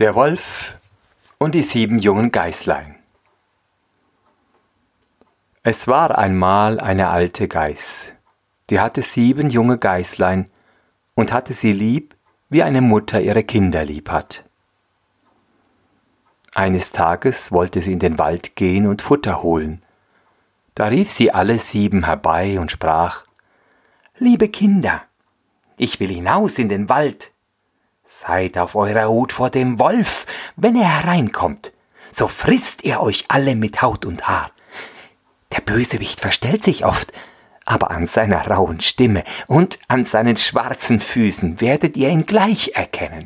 Der Wolf und die 7 jungen Geißlein. Es war einmal eine alte Geiß, die hatte 7 junge Geißlein und hatte sie lieb, wie eine Mutter ihre Kinder lieb hat. Eines Tages wollte sie in den Wald gehen und Futter holen. Da rief sie alle 7 herbei und sprach: »Liebe Kinder, ich will hinaus in den Wald. Seid auf eurer Hut vor dem Wolf, wenn er hereinkommt, so frisst ihr euch alle mit Haut und Haar. Der Bösewicht verstellt sich oft, aber an seiner rauen Stimme und an seinen schwarzen Füßen werdet ihr ihn gleich erkennen.«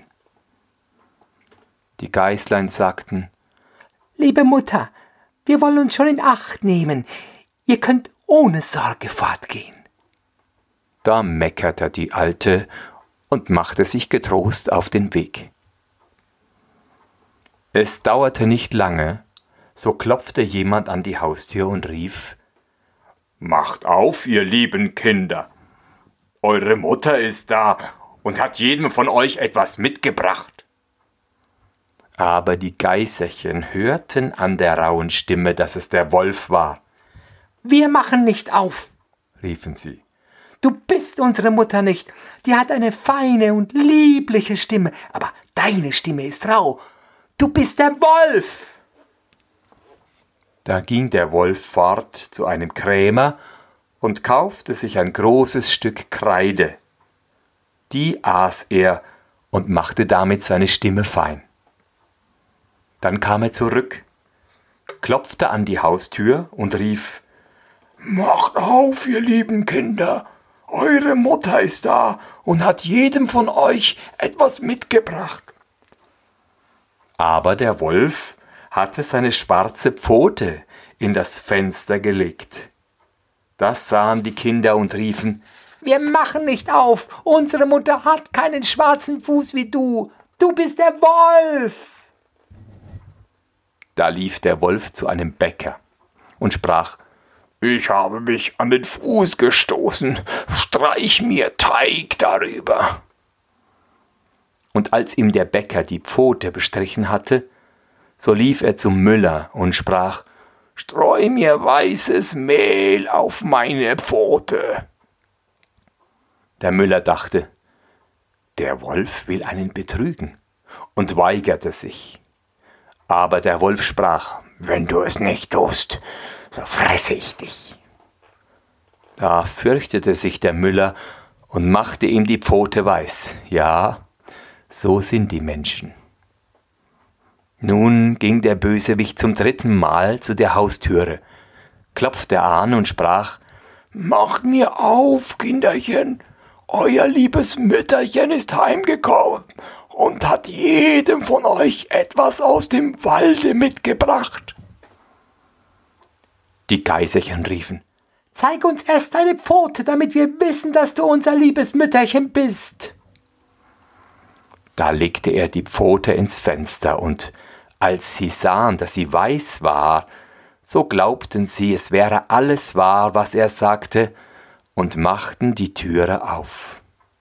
Die Geißlein sagten: »Liebe Mutter, wir wollen uns schon in Acht nehmen. Ihr könnt ohne Sorge fortgehen.« Da meckerte die Alte und machte sich getrost auf den Weg. Es dauerte nicht lange, so klopfte jemand an die Haustür und rief: »Macht auf, ihr lieben Kinder! Eure Mutter ist da und hat jedem von euch etwas mitgebracht.« Aber die Geißerchen hörten an der rauen Stimme, dass es der Wolf war. »Wir machen nicht auf«, riefen sie. »Du bist unsere Mutter nicht. Die hat eine feine und liebliche Stimme, aber deine Stimme ist rau. Du bist der Wolf!« Da ging der Wolf fort zu einem Krämer und kaufte sich ein großes Stück Kreide. Die aß er und machte damit seine Stimme fein. Dann kam er zurück, klopfte an die Haustür und rief: »Macht auf, ihr lieben Kinder! Eure Mutter ist da und hat jedem von euch etwas mitgebracht.« Aber der Wolf hatte seine schwarze Pfote in das Fenster gelegt. Das sahen die Kinder und riefen: »Wir machen nicht auf, unsere Mutter hat keinen schwarzen Fuß wie du. Du bist der Wolf!« Da lief der Wolf zu einem Bäcker und sprach: »Ich habe mich an den Fuß gestoßen, streich mir Teig darüber.« Und als ihm der Bäcker die Pfote bestrichen hatte, so lief er zum Müller und sprach: »Streu mir weißes Mehl auf meine Pfote.« Der Müller dachte: Der Wolf will einen betrügen, und weigerte sich. Aber der Wolf sprach: »Wenn du es nicht tust, so fresse ich dich.« Da fürchtete sich der Müller und machte ihm die Pfote weiß. Ja, so sind die Menschen. Nun ging der Bösewicht zum 3. Mal zu der Haustüre, klopfte an und sprach: »Macht mir auf, Kinderchen, euer liebes Mütterchen ist heimgekommen und hat jedem von euch etwas aus dem Walde mitgebracht.« Die Geißerchen riefen: »Zeig uns erst deine Pfote, damit wir wissen, dass du unser liebes Mütterchen bist.« Da legte er die Pfote ins Fenster, und als sie sahen, dass sie weiß war, so glaubten sie, es wäre alles wahr, was er sagte, und machten die Türe auf.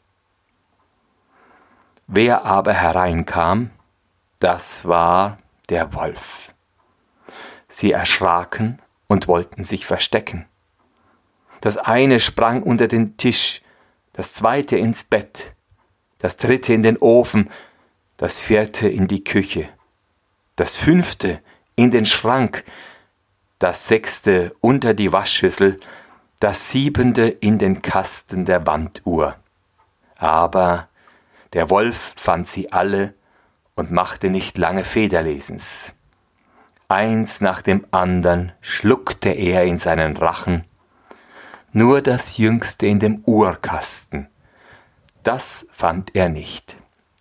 Wer aber hereinkam, das war der Wolf. Sie erschraken und wollten sich verstecken. Das eine sprang unter den Tisch, das zweite ins Bett, das dritte in den Ofen, das vierte in die Küche, das 5. in den Schrank, das 6. unter die Waschschüssel, das 7. in den Kasten der Wanduhr. Aber der Wolf fand sie alle und machte nicht lange Federlesens. Eins nach dem andern schluckte er in seinen Rachen, nur das Jüngste in dem Uhrkasten, das fand er nicht.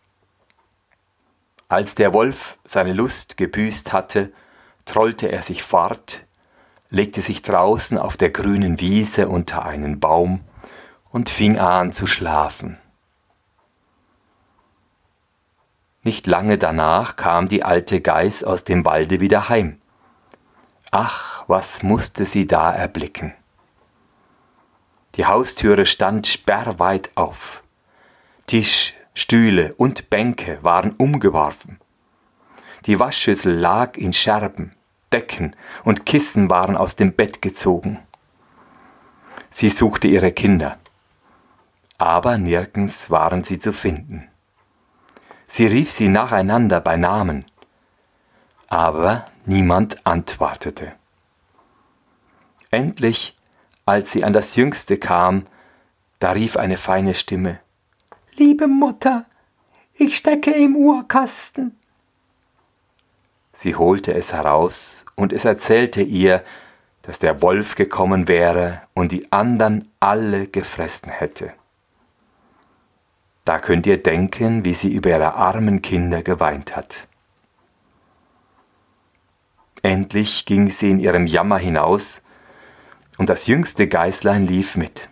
Als der Wolf seine Lust gebüßt hatte, trollte er sich fort, legte sich draußen auf der grünen Wiese unter einen Baum und fing an zu schlafen. Nicht lange danach kam die alte Geiß aus dem Walde wieder heim. Ach, was musste sie da erblicken! Die Haustüre stand sperrweit auf. Tisch, Stühle und Bänke waren umgeworfen. Die Waschschüssel lag in Scherben, Decken und Kissen waren aus dem Bett gezogen. Sie suchte ihre Kinder, aber nirgends waren sie zu finden. Sie rief sie nacheinander bei Namen, aber niemand antwortete. Endlich, als sie an das Jüngste kam, da rief eine feine Stimme: »Liebe Mutter, ich stecke im Uhrkasten.« Sie holte es heraus und es erzählte ihr, dass der Wolf gekommen wäre und die anderen alle gefressen hätte. Da könnt ihr denken, wie sie über ihre armen Kinder geweint hat. Endlich ging sie in ihrem Jammer hinaus und das jüngste Geißlein lief mit.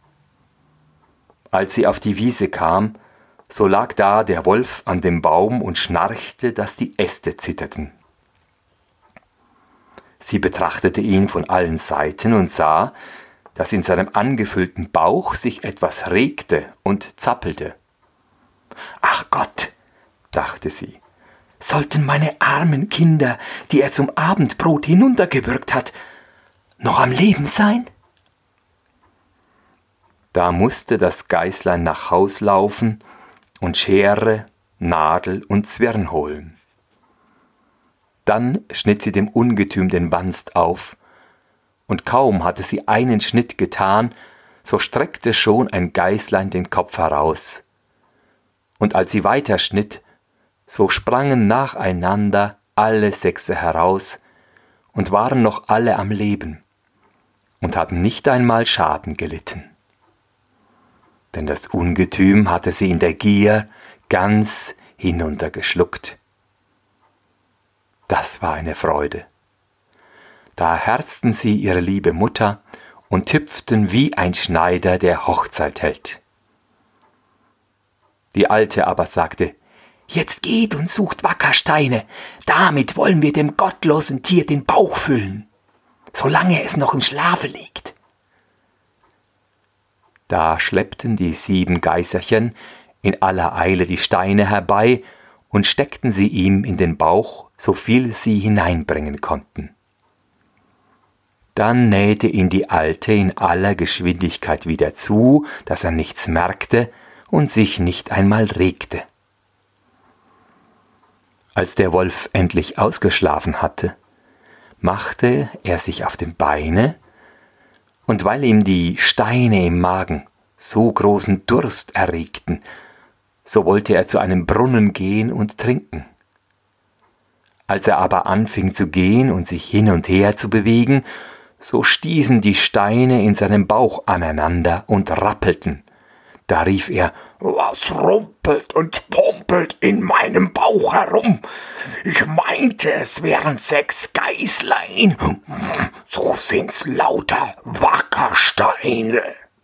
Als sie auf die Wiese kam, so lag da der Wolf an dem Baum und schnarchte, dass die Äste zitterten. Sie betrachtete ihn von allen Seiten und sah, dass in seinem angefüllten Bauch sich etwas regte und zappelte. »Ach Gott«, dachte sie, »sollten meine armen Kinder, die er zum Abendbrot hinuntergewürgt hat, noch am Leben sein?« Da musste das Geißlein nach Haus laufen und Schere, Nadel und Zwirn holen. Dann schnitt sie dem Ungetüm den Wanst auf, und kaum hatte sie einen Schnitt getan, so streckte schon ein Geißlein den Kopf heraus. Und als sie weiterschnitt, so sprangen nacheinander alle 6 heraus und waren noch alle am Leben und hatten nicht einmal Schaden gelitten. Denn das Ungetüm hatte sie in der Gier ganz hinuntergeschluckt. Das war eine Freude. Da herzten sie ihre liebe Mutter und hüpften wie ein Schneider, der Hochzeit hält. Die Alte aber sagte: »Jetzt geht und sucht wacker Steine, damit wollen wir dem gottlosen Tier den Bauch füllen, solange es noch im Schlafe liegt.« Da schleppten die 7 Geißerchen in aller Eile die Steine herbei und steckten sie ihm in den Bauch, so viel sie hineinbringen konnten. Dann nähte ihn die Alte in aller Geschwindigkeit wieder zu, dass er nichts merkte und sich nicht einmal regte. Als der Wolf endlich ausgeschlafen hatte, machte er sich auf die Beine, und weil ihm die Steine im Magen so großen Durst erregten, so wollte er zu einem Brunnen gehen und trinken. Als er aber anfing zu gehen und sich hin und her zu bewegen, so stießen die Steine in seinem Bauch aneinander und rappelten. Da rief er: »Was rumpelt und pumpelt in meinem Bauch herum? Ich meinte, es wären 6 Geißlein. So sind's lauter Wackersteine.«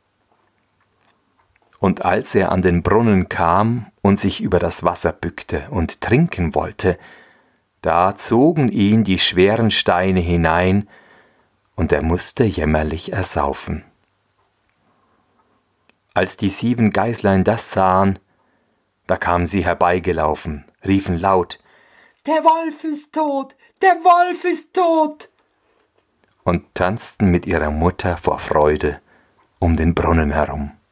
Und als er an den Brunnen kam und sich über das Wasser bückte und trinken wollte, da zogen ihn die schweren Steine hinein, und er musste jämmerlich ersaufen. Als die 7 Geißlein das sahen, da kamen sie herbeigelaufen, riefen laut: »Der Wolf ist tot! Der Wolf ist tot!« und tanzten mit ihrer Mutter vor Freude um den Brunnen herum.